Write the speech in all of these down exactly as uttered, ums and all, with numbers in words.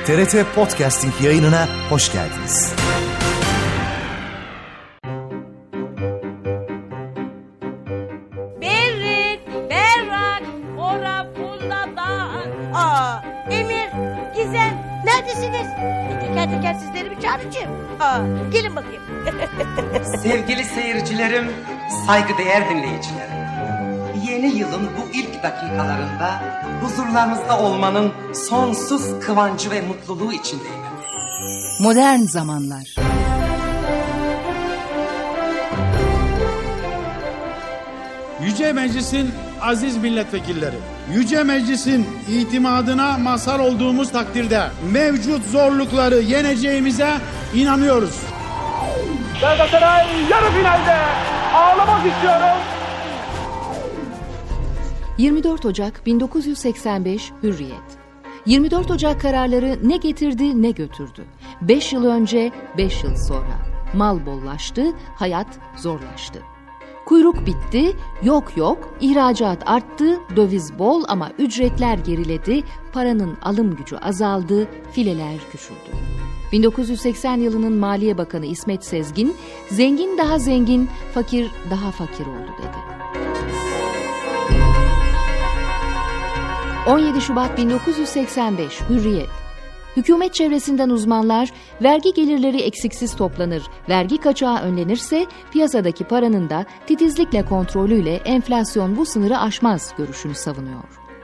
T R T Podcasting yayınına hoş geldiniz. Berrik, berrak, ora pulladan. Aa, Emir, Gizem, neredesiniz? Teker teker sizleri bir çağıracağım. Aa, gelin bakayım. Sevgili seyircilerim, saygıdeğer dinleyicilerim. Yeni yılın bu ilk dakikalarında huzurlarınızda olmanın sonsuz kıvancı ve mutluluğu içindeyim. Modern zamanlar. Yüce Meclis'in aziz milletvekilleri, Yüce Meclis'in itimadına mazhar olduğumuz takdirde mevcut zorlukları yeneceğimize inanıyoruz. Galatasaray yarı finalde, ağlamak istiyorum. yirmi dört Ocak bin dokuz yüz seksen beş Hürriyet. yirmi dört Ocak kararları ne getirdi ne götürdü. beş yıl önce, beş yıl sonra. Mal bollaştı, hayat zorlaştı. Kuyruk bitti, yok yok, ihracat arttı, döviz bol ama ücretler geriledi, paranın alım gücü azaldı, fileler küçüldü. bin dokuz yüz seksen yılının Maliye Bakanı İsmet Sezgin, zengin daha zengin, fakir daha fakir oldu dedi. on yedi Şubat bin dokuz yüz seksen beş Hürriyet. Hükümet çevresinden uzmanlar, vergi gelirleri eksiksiz toplanır, vergi kaçağı önlenirse piyasadaki paranın da titizlikle kontrolüyle enflasyon bu sınırı aşmaz görüşünü savunuyor.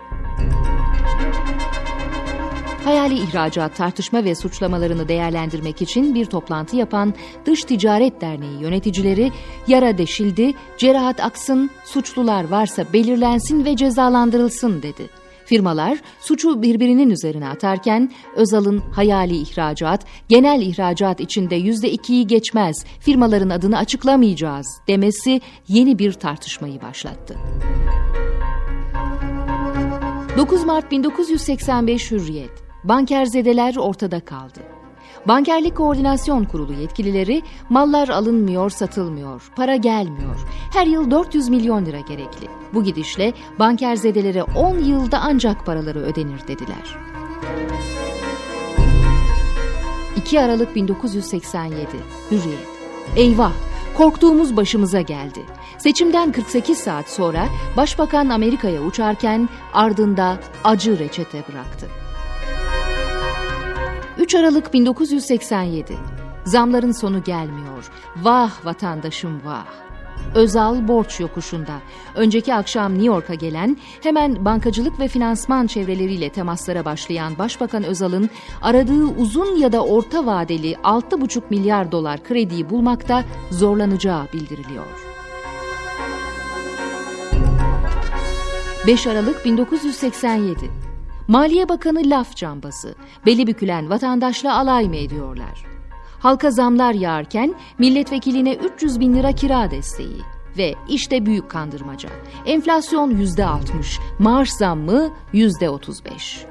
Hayali ihracat tartışma ve suçlamalarını değerlendirmek için bir toplantı yapan Dış Ticaret Derneği yöneticileri, yara deşildi, cerahat aksın, suçlular varsa belirlensin ve cezalandırılsın dedi. Firmalar suçu birbirinin üzerine atarken Özal'ın hayali ihracat, genel ihracat içinde yüzde ikiyi geçmez, firmaların adını açıklamayacağız demesi yeni bir tartışmayı başlattı. dokuz Mart bin dokuz yüz seksen beş Hürriyet. Bankerzedeler ortada kaldı. Bankerlik Koordinasyon Kurulu yetkilileri mallar alınmıyor, satılmıyor, para gelmiyor. Her yıl dört yüz milyon lira gerekli. Bu gidişle bankerzedelere on yılda ancak paraları ödenir dediler. iki Aralık bin dokuz yüz seksen yedi Hürriyet. Eyvah! Korktuğumuz başımıza geldi. Seçimden kırk sekiz saat sonra Başbakan Amerika'ya uçarken ardında acı reçete bıraktı. üç Aralık bin dokuz yüz seksen yedi. Zamların sonu gelmiyor. Vah vatandaşım vah. Özal borç yokuşunda. Önceki akşam New York'a gelen, hemen bankacılık ve finansman çevreleriyle temaslara başlayan Başbakan Özal'ın aradığı uzun ya da orta vadeli altı buçuk milyar dolar krediyi bulmakta zorlanacağı bildiriliyor. beş Aralık bin dokuz yüz seksen yedi. Maliye Bakanı laf cambazı, beli bükülen vatandaşla alay mı ediyorlar? Halka zamlar yağarken milletvekiline üç yüz bin lira kira desteği ve işte büyük kandırmaca. Enflasyon yüzde altmış, maaş zammı yüzde otuz beş.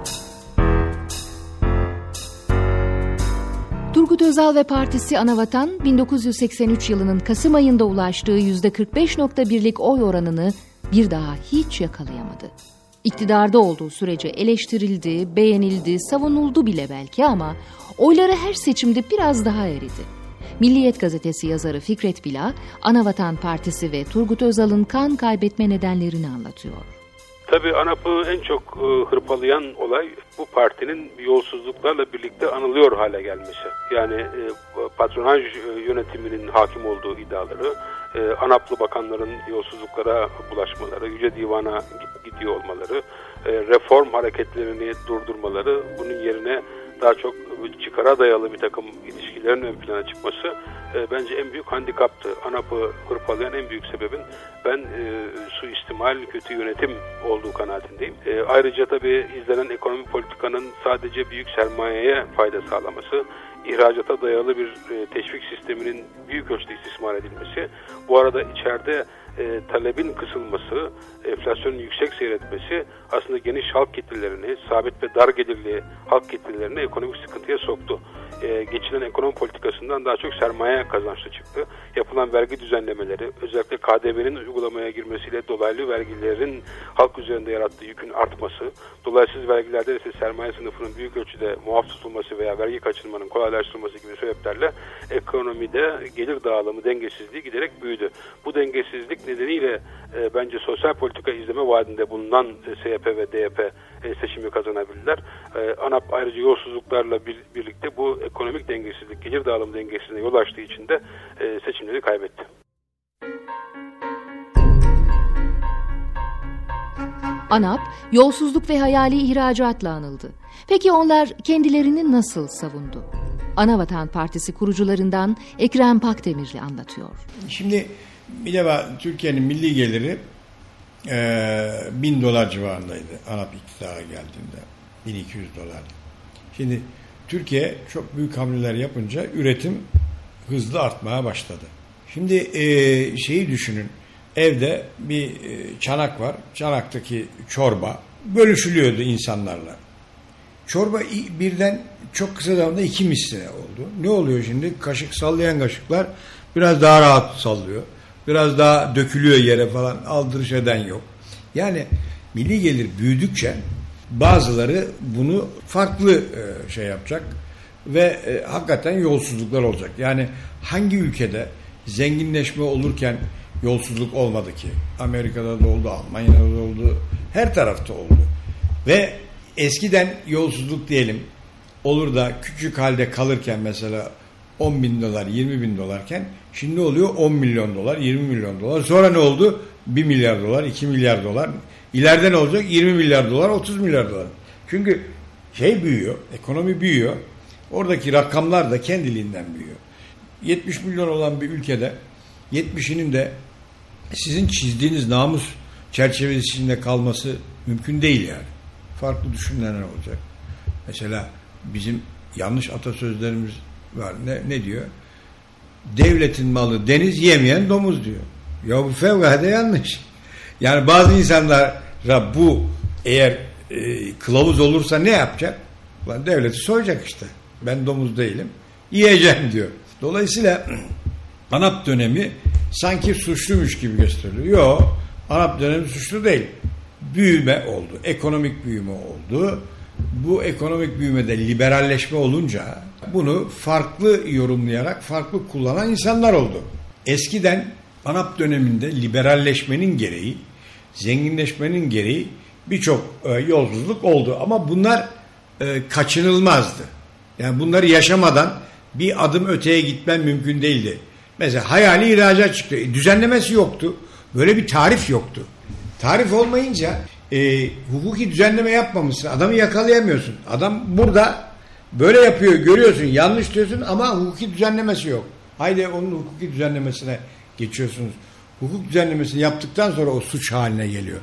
Turgut Özal ve partisi Anavatan, bin dokuz yüz seksen üç yılının Kasım ayında ulaştığı yüzde kırk beş nokta birlik oy oranını bir daha hiç yakalayamadı. İktidarda olduğu sürece eleştirildi, beğenildi, savunuldu bile belki ama oyları her seçimde biraz daha eridi. Milliyet gazetesi yazarı Fikret Bila, Anavatan Partisi ve Turgut Özal'ın kan kaybetme nedenlerini anlatıyor. Tabii ANAP'ı en çok e, hırpalayan olay bu partinin yolsuzluklarla birlikte anılıyor hale gelmesi. Yani e, patronaj e, yönetiminin hakim olduğu iddiaları, e, ANAP'lı bakanların yolsuzluklara bulaşmaları, Yüce Divan'a gidiyor olmaları, e, reform hareketlerini durdurmaları, bunun yerine daha çok çıkara dayalı bir takım ilişkilerin ön plana çıkması e, bence en büyük handikaptı. ANAP'ı hırpalayan en büyük sebebin ben e, suistimal, kötü yönetim olduğu kanaatindeyim. E, ayrıca tabii izlenen ekonomi politikanın sadece büyük sermayeye fayda sağlaması, ihracata dayalı bir e, teşvik sisteminin büyük ölçüde istismar edilmesi, bu arada içeride e, talebin kısılması, enflasyonun yüksek seyretmesi aslında geniş halk kitlelerini, sabit ve dar gelirli halk kitlelerini ekonomik sıkıntıya soktu. E, geçilen ekonomi politikasından daha çok sermaye kazançlı çıktı. Yapılan vergi düzenlemeleri, özellikle K D V'nin uygulamaya girmesiyle dolaylı vergilerin halk üzerinde yarattığı yükün artması, dolaysız vergilerde ise sermaye sınıfının büyük ölçüde muaf tutulması veya vergi kaçırmanın kolaylaştırılması gibi sebeplerle ekonomide gelir dağılımı dengesizliği giderek büyüdü. Bu dengesizlik nedeniyle e, bence sosyal politika izleme vaadinde bulunan e, S Y P ve D Y P e, seçimi kazanabilirler. E, ANAP ayrıca yolsuzluklarla bir, birlikte bu ekonomik dengesizlik, gelir dağılımı dengesizliğine yol açtığı için de e, seçimleri kaybetti. ANAP, yolsuzluk ve hayali ihracatla anıldı. Peki onlar kendilerini nasıl savundu? Anavatan Partisi kurucularından Ekrem Pakdemirli anlatıyor. Şimdi bir defa Türkiye'nin milli geliri e, bin dolar civarındaydı ANAP iktidara geldiğinde. bin iki yüz dolardı. Şimdi Türkiye çok büyük hamleler yapınca üretim hızlı artmaya başladı. Şimdi e, şeyi düşünün. Evde bir e, çanak var. Çanaktaki çorba bölüşülüyordu insanlarla. Çorba birden çok kısa zamanda iki misline oldu. Ne oluyor şimdi? Kaşık sallayan kaşıklar biraz daha rahat sallıyor. Biraz daha dökülüyor yere falan. Aldırış eden yok. Yani milli gelir büyüdükçe bazıları bunu farklı e, şey yapacak ve e, hakikaten yolsuzluklar olacak. Yani hangi ülkede zenginleşme olurken yolsuzluk olmadı ki? Amerika'da da oldu, Almanya'da da oldu, her tarafta oldu. Ve eskiden yolsuzluk diyelim olur da küçük halde kalırken mesela on bin dolar, yirmi bin dolarken şimdi oluyor on milyon dolar, yirmi milyon dolar. Sonra ne oldu? bir milyar dolar, iki milyar dolar. İleride ne olacak? yirmi milyar dolar, otuz milyar dolar. Çünkü şey büyüyor, ekonomi büyüyor. Oradaki rakamlar da kendiliğinden büyüyor. yetmiş milyon olan bir ülkede yetmişinin de sizin çizdiğiniz namus çerçevesi içinde kalması mümkün değil yani. Farklı düşünenler olacak. Mesela bizim yanlış atasözlerimiz var. Ne, ne diyor? Devletin malı deniz, yemeyen domuz diyor. Ya bu fevkalade yanlış. Yani bazı insanlara bu eğer e, kılavuz olursa ne yapacak? Lan devleti soyacak işte. Ben domuz değilim. Yiyeceğim diyor. Dolayısıyla ANAP dönemi sanki suçluymuş gibi gösteriliyor. Yok. ANAP dönemi suçlu değil. Büyüme oldu. Ekonomik büyüme oldu. Bu ekonomik büyümede liberalleşme olunca bunu farklı yorumlayarak farklı kullanan insanlar oldu. Eskiden ANAP döneminde liberalleşmenin gereği, zenginleşmenin gereği birçok e, yolsuzluk oldu. Ama bunlar e, kaçınılmazdı. Yani bunları yaşamadan bir adım öteye gitmen mümkün değildi. Mesela hayali ihracat çıktı. E, düzenlemesi yoktu. Böyle bir tarif yoktu. Tarif olmayınca e, hukuki düzenleme yapmamışsın. Adamı yakalayamıyorsun. Adam burada böyle yapıyor, görüyorsun, yanlış diyorsun ama hukuki düzenlemesi yok. Haydi onun hukuki düzenlemesine geçiyorsunuz. Hukuk düzenlemesini yaptıktan sonra o suç haline geliyor.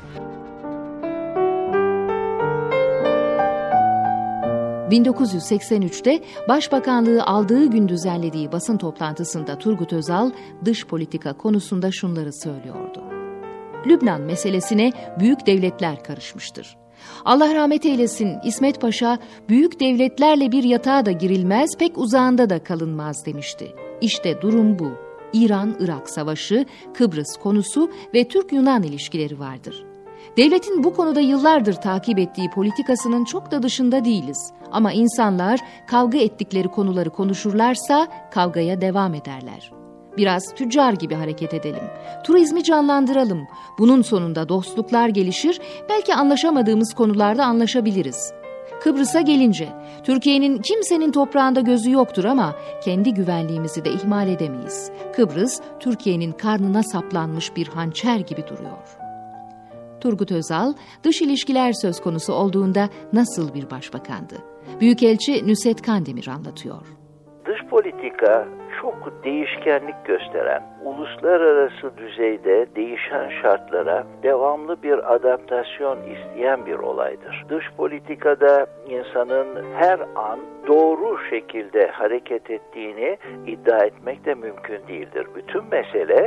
bin dokuz yüz seksen üçte Başbakanlığı aldığı gün düzenlediği basın toplantısında Turgut Özal dış politika konusunda şunları söylüyordu. Lübnan meselesine büyük devletler karışmıştır. Allah rahmet eylesin İsmet Paşa, büyük devletlerle bir yatağa da girilmez, pek uzağında da kalınmaz demişti. İşte durum bu. İran-Irak savaşı, Kıbrıs konusu ve Türk-Yunan ilişkileri vardır. Devletin bu konuda yıllardır takip ettiği politikasının çok da dışında değiliz. Ama insanlar kavga ettikleri konuları konuşurlarsa kavgaya devam ederler. Biraz tüccar gibi hareket edelim. Turizmi canlandıralım. Bunun sonunda dostluklar gelişir, belki anlaşamadığımız konularda anlaşabiliriz. Kıbrıs'a gelince, Türkiye'nin kimsenin toprağında gözü yoktur ama kendi güvenliğimizi de ihmal edemeyiz. Kıbrıs, Türkiye'nin karnına saplanmış bir hançer gibi duruyor. Turgut Özal, dış ilişkiler söz konusu olduğunda nasıl bir başbakandı? Büyükelçi Nusret Kandemir anlatıyor. Dış politika çok değişkenlik gösteren, uluslararası düzeyde değişen şartlara devamlı bir adaptasyon isteyen bir olaydır. Dış politikada insanın her an doğru şekilde hareket ettiğini iddia etmek de mümkün değildir. Bütün mesele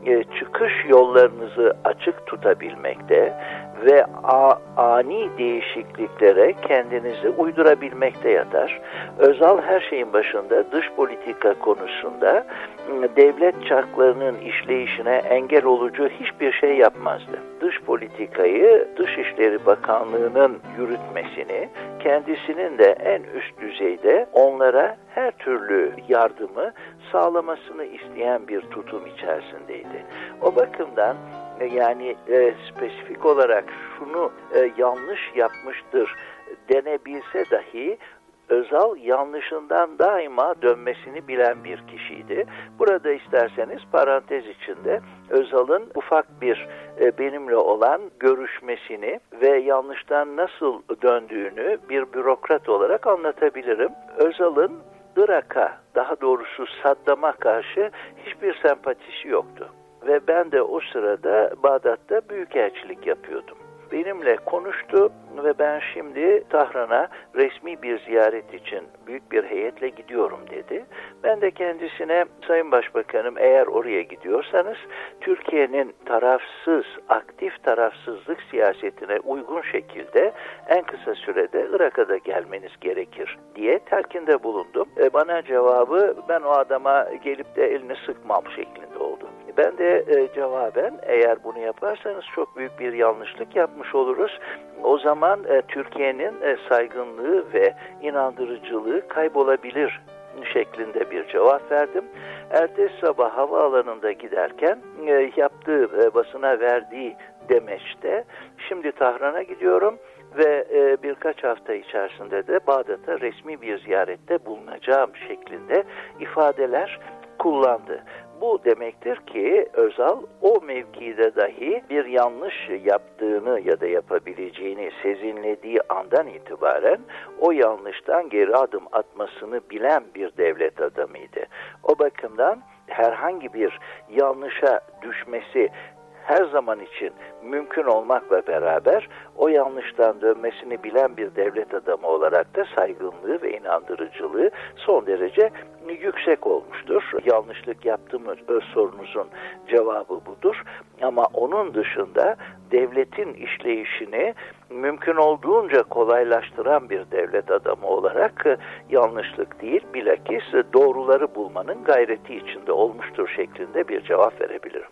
e, çıkış yollarınızı açık tutabilmekte ve a, ani değişikliklere kendinizi uydurabilmekte yatar. Özal her şeyin başında dış politika konusunda devlet çarklarının işleyişine engel olucu hiçbir şey yapmazdı. Dış politikayı Dışişleri Bakanlığı'nın yürütmesini, kendisinin de en üst düzeyde onlara her türlü yardımı sağlamasını isteyen bir tutum içerisindeydi. O bakımdan yani e, spesifik olarak şunu e, yanlış yapmıştır denebilse dahi Özal yanlışından daima dönmesini bilen bir kişiydi. Burada isterseniz parantez içinde Özal'ın ufak bir e, benimle olan görüşmesini ve yanlıştan nasıl döndüğünü bir bürokrat olarak anlatabilirim. Özal'ın Irak'a, daha doğrusu Saddam'a karşı hiçbir sempatisi yoktu. Ve ben de o sırada Bağdat'ta büyükelçilik yapıyordum. Benimle konuştu ve ben şimdi Tahran'a resmi bir ziyaret için büyük bir heyetle gidiyorum dedi. Ben de kendisine Sayın Başbakanım eğer oraya gidiyorsanız Türkiye'nin tarafsız, aktif tarafsızlık siyasetine uygun şekilde en kısa sürede Irak'a da gelmeniz gerekir diye telkinde bulundum. E bana cevabı ben o adama gelip de elini sıkmam şeklinde oldu. Ben de e, cevaben eğer bunu yaparsanız çok büyük bir yanlışlık yapmış oluruz. O zaman e, Türkiye'nin e, saygınlığı ve inandırıcılığı kaybolabilir şeklinde bir cevap verdim. Ertesi sabah havaalanında giderken e, yaptığı e, basına verdiği demeçte şimdi Tahran'a gidiyorum ve e, birkaç hafta içerisinde de Bağdat'a resmi bir ziyarette bulunacağım şeklinde ifadeler kullandı. Bu demektir ki Özal o mevkide dahi bir yanlış yaptığını ya da yapabileceğini sezinlediği andan itibaren o yanlıştan geri adım atmasını bilen bir devlet adamıydı. O bakımdan herhangi bir yanlışa düşmesi her zaman için mümkün olmakla beraber o yanlıştan dönmesini bilen bir devlet adamı olarak da saygınlığı ve inandırıcılığı son derece yüksek olmuştur. Yanlışlık yaptı mı sorunuzun cevabı budur. Ama onun dışında devletin işleyişini mümkün olduğunca kolaylaştıran bir devlet adamı olarak yanlışlık değil, bilakis doğruları bulmanın gayreti içinde olmuştur şeklinde bir cevap verebilirim.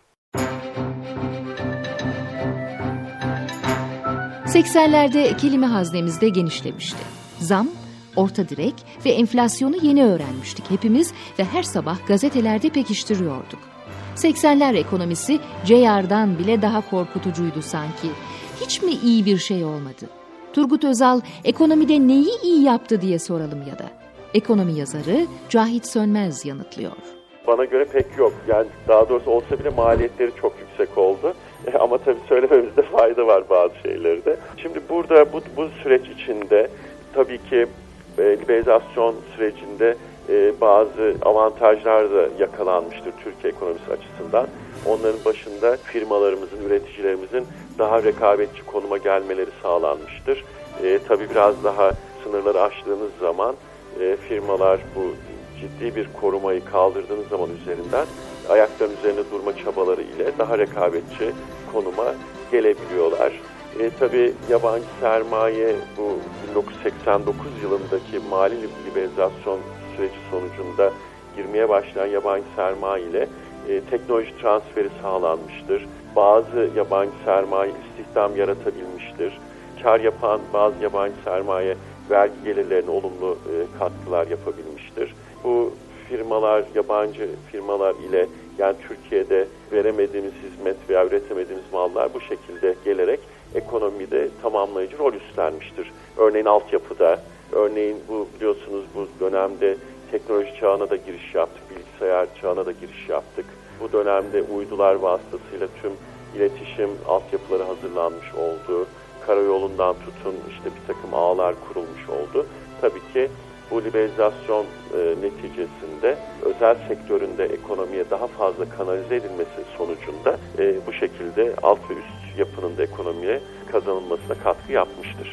seksenlerde kelime haznemizde genişlemişti. Zam, orta direk ve enflasyonu yeni öğrenmiştik hepimiz ve her sabah gazetelerde pekiştiriyorduk. seksenler ekonomisi C R'dan bile daha korkutucuydu sanki. Hiç mi iyi bir şey olmadı? Turgut Özal ekonomide neyi iyi yaptı diye soralım ya da. Ekonomi yazarı Cahit Sönmez yanıtlıyor. Bana göre pek yok. Yani daha doğrusu olsa bile maliyetleri çok yüksek oldu. Ama tabii söylememizde fayda var bazı şeylerde. Şimdi burada bu, bu süreç içinde tabii ki e, liberalizasyon sürecinde e, bazı avantajlar da yakalanmıştır Türkiye ekonomisi açısından. Onların başında firmalarımızın, üreticilerimizin daha rekabetçi konuma gelmeleri sağlanmıştır. E, tabii biraz daha sınırları aştığınız zaman e, firmalar bu ciddi bir korumayı kaldırdığınız zaman üzerinden ayaklarının üzerinde durma çabaları ile daha rekabetçi konuma gelebiliyorlar. E, tabii yabancı sermaye bu bin dokuz yüz seksen dokuz yılındaki mali liberalizasyon süreci sonucunda girmeye başlayan yabancı sermaye ile e, teknoloji transferi sağlanmıştır. Bazı yabancı sermaye istihdam yaratabilmiştir. Kar yapan bazı yabancı sermaye vergi gelirlerine olumlu e, katkılar yapabilmiştir. Bu firmalar, yabancı firmalar ile yani Türkiye'de veremediğimiz hizmet veya üretemediğimiz mallar bu şekilde gelerek ekonomide tamamlayıcı rol üstlenmiştir. Örneğin altyapıda, örneğin bu biliyorsunuz bu dönemde teknoloji çağına da giriş yaptık, bilgisayar çağına da giriş yaptık. Bu dönemde uydular vasıtasıyla tüm iletişim altyapıları hazırlanmış oldu. Karayolundan tutun işte bir takım ağlar kurulmuş oldu. Tabii ki bu liberalizasyon e, neticesinde özel sektöründe ekonomiye daha fazla kanalize edilmesi sonucunda e, bu şekilde alt ve üst yapının da ekonomiye kazanılmasına katkı yapmıştır.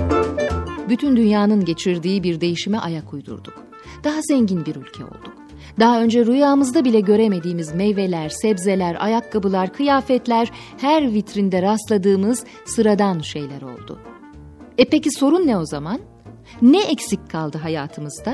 Bütün dünyanın geçirdiği bir değişime ayak uydurduk. Daha zengin bir ülke olduk. Daha önce rüyamızda bile göremediğimiz meyveler, sebzeler, ayakkabılar, kıyafetler, her vitrinde rastladığımız sıradan şeyler oldu. E peki sorun ne o zaman? Ne eksik kaldı hayatımızda?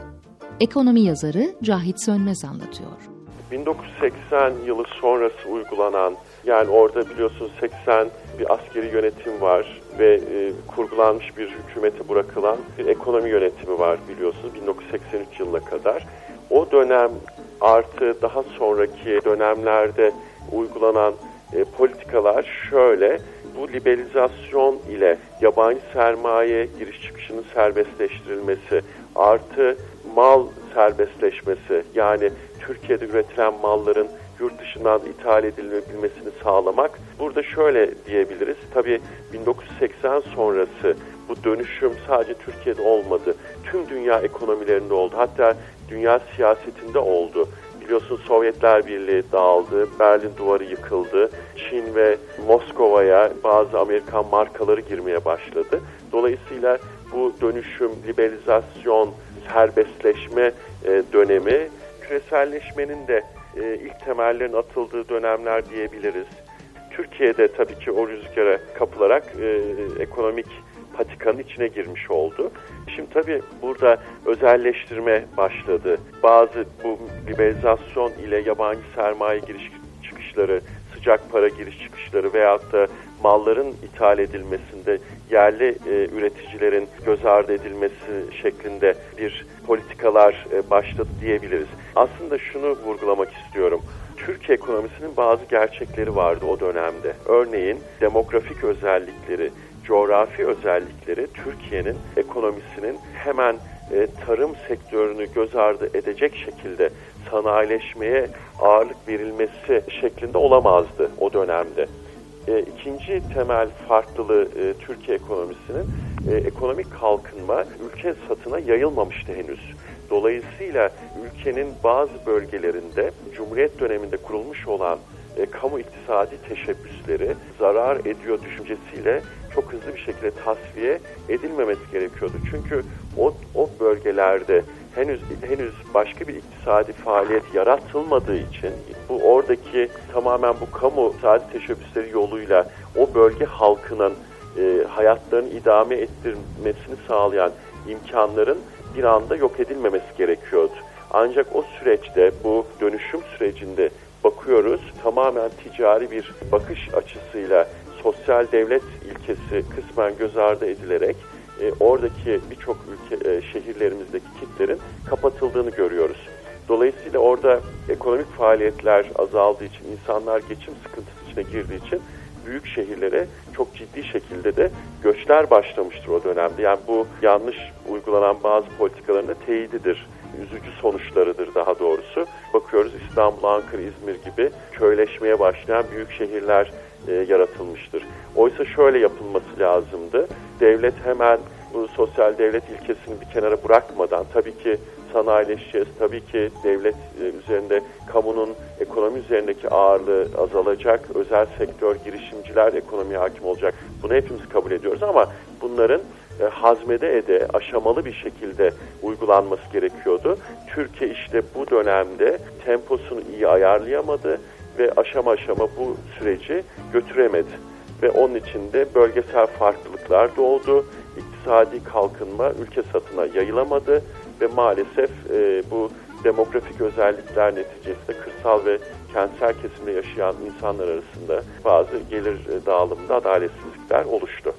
Ekonomi yazarı Cahit Sönmez anlatıyor. bin dokuz yüz seksen yılı sonrası uygulanan, yani orada biliyorsunuz seksen bir askeri yönetim var ve e, kurgulanmış bir hükümete bırakılan bir ekonomi yönetimi var biliyorsunuz bin dokuz yüz seksen üç yılına kadar. O dönem artı daha sonraki dönemlerde uygulanan e, politikalar şöyle: bu liberalizasyon ile yabancı sermaye giriş çıkışının serbestleştirilmesi artı mal serbestleşmesi, yani Türkiye'de üretilen malların yurt dışından ithal edilebilmesini sağlamak. Burada şöyle diyebiliriz, tabii bin dokuz yüz seksen sonrası bu dönüşüm sadece Türkiye'de olmadı. Tüm dünya ekonomilerinde oldu. Hatta dünya siyasetinde oldu. Biliyorsunuz Sovyetler Birliği dağıldı, Berlin Duvarı yıkıldı, Çin ve Moskova'ya bazı Amerikan markaları girmeye başladı. Dolayısıyla bu dönüşüm, liberalizasyon, serbestleşme e, dönemi, küreselleşmenin de e, ilk temellerin atıldığı dönemler diyebiliriz. Türkiye'de tabii ki o rüzgara kapılarak e, ekonomik patikanın içine girmiş oldu. Şimdi tabii burada özelleştirme başladı. Bazı bu liberalizasyon ile yabancı sermaye giriş çıkışları, sıcak para giriş çıkışları veyahut da malların ithal edilmesinde yerli e, üreticilerin göz ardı edilmesi şeklinde bir politikalar e, başladı diyebiliriz. Aslında şunu vurgulamak istiyorum. Türkiye ekonomisinin bazı gerçekleri vardı o dönemde. Örneğin demografik özellikleri, coğrafi özellikleri Türkiye'nin ekonomisinin hemen e, tarım sektörünü göz ardı edecek şekilde sanayileşmeye ağırlık verilmesi şeklinde olamazdı o dönemde. E, ikinci temel farklılığı e, Türkiye ekonomisinin e, ekonomik kalkınma ülke satına yayılmamıştı henüz. Dolayısıyla ülkenin bazı bölgelerinde Cumhuriyet döneminde kurulmuş olan e, kamu iktisadi teşebbüsleri zarar ediyor düşüncesiyle çok hızlı bir şekilde tasfiye edilmemesi gerekiyordu. Çünkü o, o bölgelerde henüz henüz başka bir iktisadi faaliyet yaratılmadığı için bu oradaki tamamen bu kamu iktisadi teşebbüsleri yoluyla o bölge halkının e, hayatlarını idame ettirmesini sağlayan imkanların bir anda yok edilmemesi gerekiyordu. Ancak o süreçte, bu dönüşüm sürecinde bakıyoruz, tamamen ticari bir bakış açısıyla sosyal devlet ilkesi kısmen göz ardı edilerek e, oradaki birçok ülke e, şehirlerimizdeki kitlerin kapatıldığını görüyoruz. Dolayısıyla orada ekonomik faaliyetler azaldığı için, insanlar geçim sıkıntısı içine girdiği için büyük şehirlere çok ciddi şekilde de göçler başlamıştır o dönemde. Yani bu yanlış uygulanan bazı politikaların da teyididir. Üzücü sonuçlarıdır daha doğrusu. Bakıyoruz İstanbul, Ankara, İzmir gibi köyleşmeye başlayan büyük şehirler e, yaratılmıştır. Oysa şöyle yapılması lazımdı. Devlet hemen bu sosyal devlet ilkesini bir kenara bırakmadan, tabii ki sanayileşeceğiz, tabii ki devlet üzerinde, kamunun ekonomi üzerindeki ağırlığı azalacak, özel sektör, girişimciler ekonomiye hakim olacak. Bunu hepimiz kabul ediyoruz ama bunların e, hazmede ede, aşamalı bir şekilde uygulanması gerekiyordu. Türkiye işte bu dönemde temposunu iyi ayarlayamadı ve aşama aşama bu süreci götüremedi. Ve onun için de bölgesel farklılıklar doğdu. İktisadi kalkınma ülke satına yayılamadı ve maalesef e, bu demografik özellikler neticesinde kırsal ve kentsel kesimde yaşayan insanlar arasında bazı gelir dağılımında adaletsizlikler oluştu.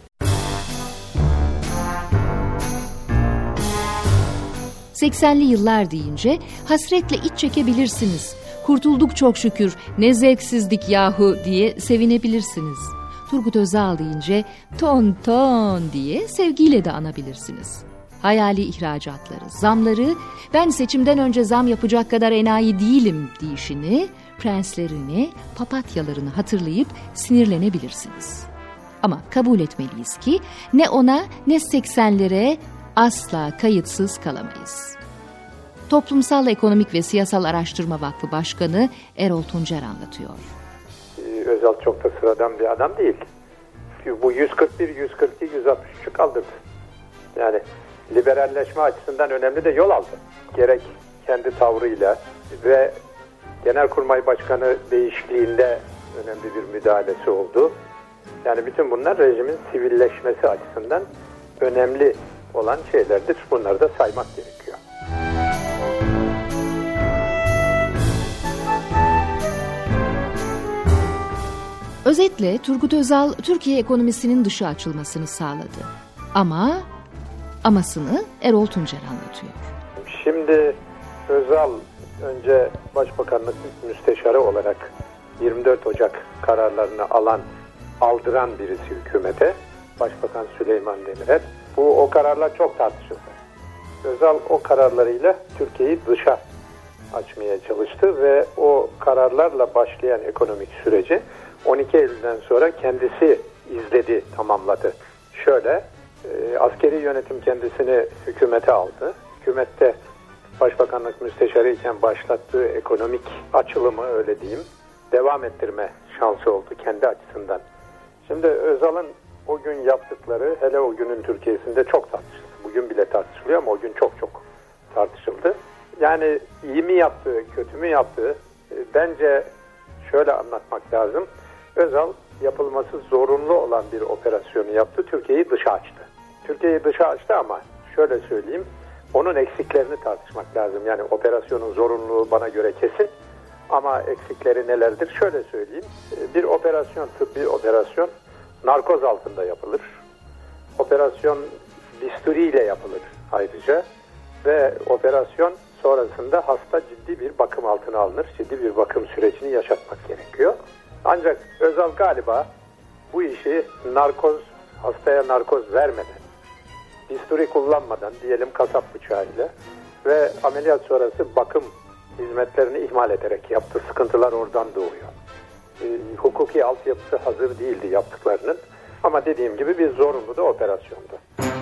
seksenli yıllar deyince hasretle iç çekebilirsiniz. Kurtulduk çok şükür, ne zevksizlik yahu diye sevinebilirsiniz. Turgut Özal deyince ton ton diye sevgiyle de anabilirsiniz. Hayali ihracatları, zamları, ben seçimden önce zam yapacak kadar enayi değilim deyişini, prenslerini, papatyalarını hatırlayıp sinirlenebilirsiniz. Ama kabul etmeliyiz ki ne ona ne seksenlere asla kayıtsız kalamayız. Toplumsal Ekonomik ve Siyasal Araştırma Vakfı Başkanı Erol Tuncer anlatıyor. Özal çok da sıradan bir adam değil. Bu yüz kırk bir, yüz kırk iki, yüz altmış üçü kaldırdı. Yani liberalleşme açısından önemli de yol aldı. Gerek kendi tavrıyla ve Genelkurmay Başkanı değişikliğinde önemli bir müdahalesi oldu. Yani bütün bunlar rejimin sivilleşmesi açısından önemli olan şeylerdir. Bunları da saymak gerekiyor. Özetle Turgut Özal Türkiye ekonomisinin dışa açılmasını sağladı. Ama amasını Erol Tuncer anlatıyor. Şimdi Özal önce Başbakanlık Müsteşarı olarak yirmi dört Ocak kararlarını alan, aldıran birisi hükümete. Başbakan Süleyman Demirel. Bu o kararlar çok tartışıldı. Özal o kararlarıyla Türkiye'yi dışa açmaya çalıştı ve o kararlarla başlayan ekonomik süreci on iki Eylül'den sonra kendisi izledi, tamamladı. Şöyle, e, askeri yönetim kendisini hükümete aldı. Hükümette Başbakanlık Müsteşarı iken başlattığı ekonomik açılımı, öyle diyeyim, devam ettirme şansı oldu kendi açısından. Şimdi Özal'ın o gün yaptıkları, hele o günün Türkiye'sinde çok tartışıldı. Bugün bile tartışılıyor ama o gün çok çok tartışıldı. Yani iyi mi yaptı, kötü mü yaptı? E, bence şöyle anlatmak lazım. Özal yapılması zorunlu olan bir operasyonu yaptı. Türkiye'yi dışa açtı. Türkiye'yi dışa açtı ama şöyle söyleyeyim, onun eksiklerini tartışmak lazım. Yani operasyonun zorunluluğu bana göre kesin ama eksikleri nelerdir? Şöyle söyleyeyim, bir operasyon, tıbbi operasyon narkoz altında yapılır. Operasyon bisturiyle yapılır ayrıca ve operasyon sonrasında hasta ciddi bir bakım altına alınır. Ciddi bir bakım sürecini yaşatmak gerekiyor. Ancak Özal galiba bu işi narkoz, hastaya narkoz vermeden, bisturi kullanmadan, diyelim kasap bıçağıyla ve ameliyat sonrası bakım hizmetlerini ihmal ederek yaptı. Sıkıntılar oradan doğuyor. E, hukuki altyapısı hazır değildi yaptıklarının ama dediğim gibi bir zorunlu da operasyondu.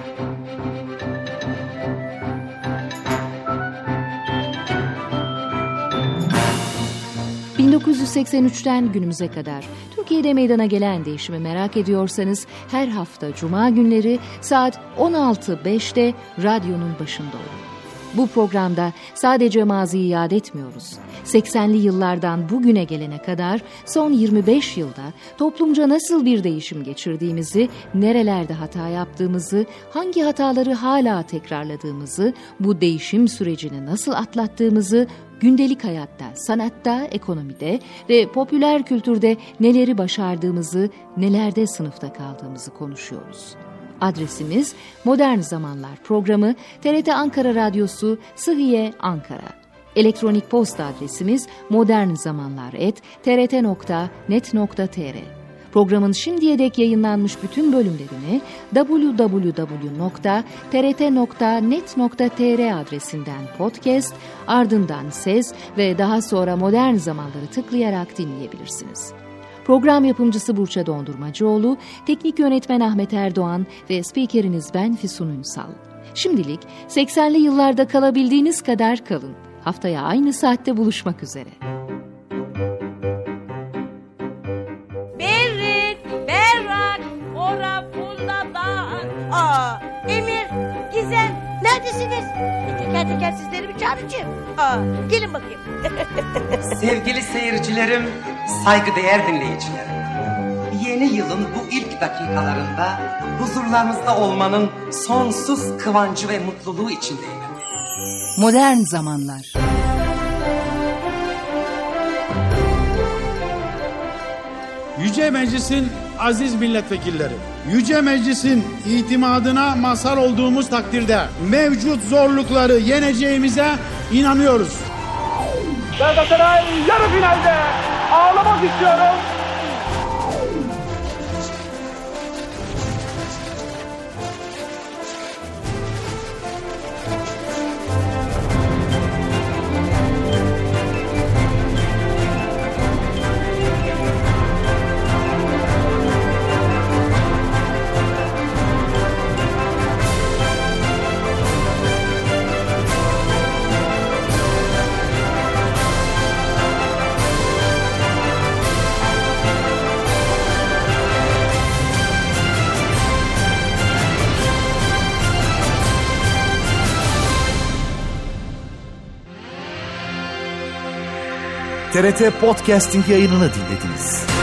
bin dokuz yüz seksen üçten günümüze kadar Türkiye'de meydana gelen değişimi merak ediyorsanız her hafta Cuma günleri saat on altı beşte radyonun başında olun. Bu programda sadece maziyi yad etmiyoruz. seksenli yıllardan bugüne gelene kadar son yirmi beş yılda toplumca nasıl bir değişim geçirdiğimizi, nerelerde hata yaptığımızı, hangi hataları hala tekrarladığımızı, bu değişim sürecini nasıl atlattığımızı, gündelik hayatta, sanatta, ekonomide ve popüler kültürde neleri başardığımızı, nelerde sınıfta kaldığımızı konuşuyoruz. Adresimiz Modern Zamanlar Programı, T R T Ankara Radyosu, Sıhhiye Ankara. Elektronik posta adresimiz modernzamanlar et t r t nokta net nokta t r. Programın şimdiye dek yayınlanmış bütün bölümlerini w w w nokta t r t nokta net nokta t r adresinden podcast, ardından ses ve daha sonra Modern Zamanları tıklayarak dinleyebilirsiniz. Program yapımcısı Burça Dondurmacıoğlu, teknik yönetmen Ahmet Erdoğan ve spikeriniz ben Füsun Ünsal. Şimdilik seksenli yıllarda kalabildiğiniz kadar kalın. Haftaya aynı saatte buluşmak üzere. Berrik, berrak, ora pulladan. Aa, Emir, Gizem, neredesiniz? E, teker teker sizleri bir çağıracağım. Aa, gelin bakayım. Sevgili seyircilerim, saygıdeğer dinleyicilerim. Yeni yılın bu ilk dakikalarında huzurlarınızda olmanın sonsuz kıvancı ve mutluluğu içindeyim. Modern Zamanlar. Yüce Meclis'in aziz milletvekilleri, Yüce Meclis'in itimadına mazhar olduğumuz takdirde mevcut zorlukları yeneceğimize inanıyoruz. Galatasaray yarı finalde, ağlamak istiyorum. T R T Podcasting yayınını dinlediniz.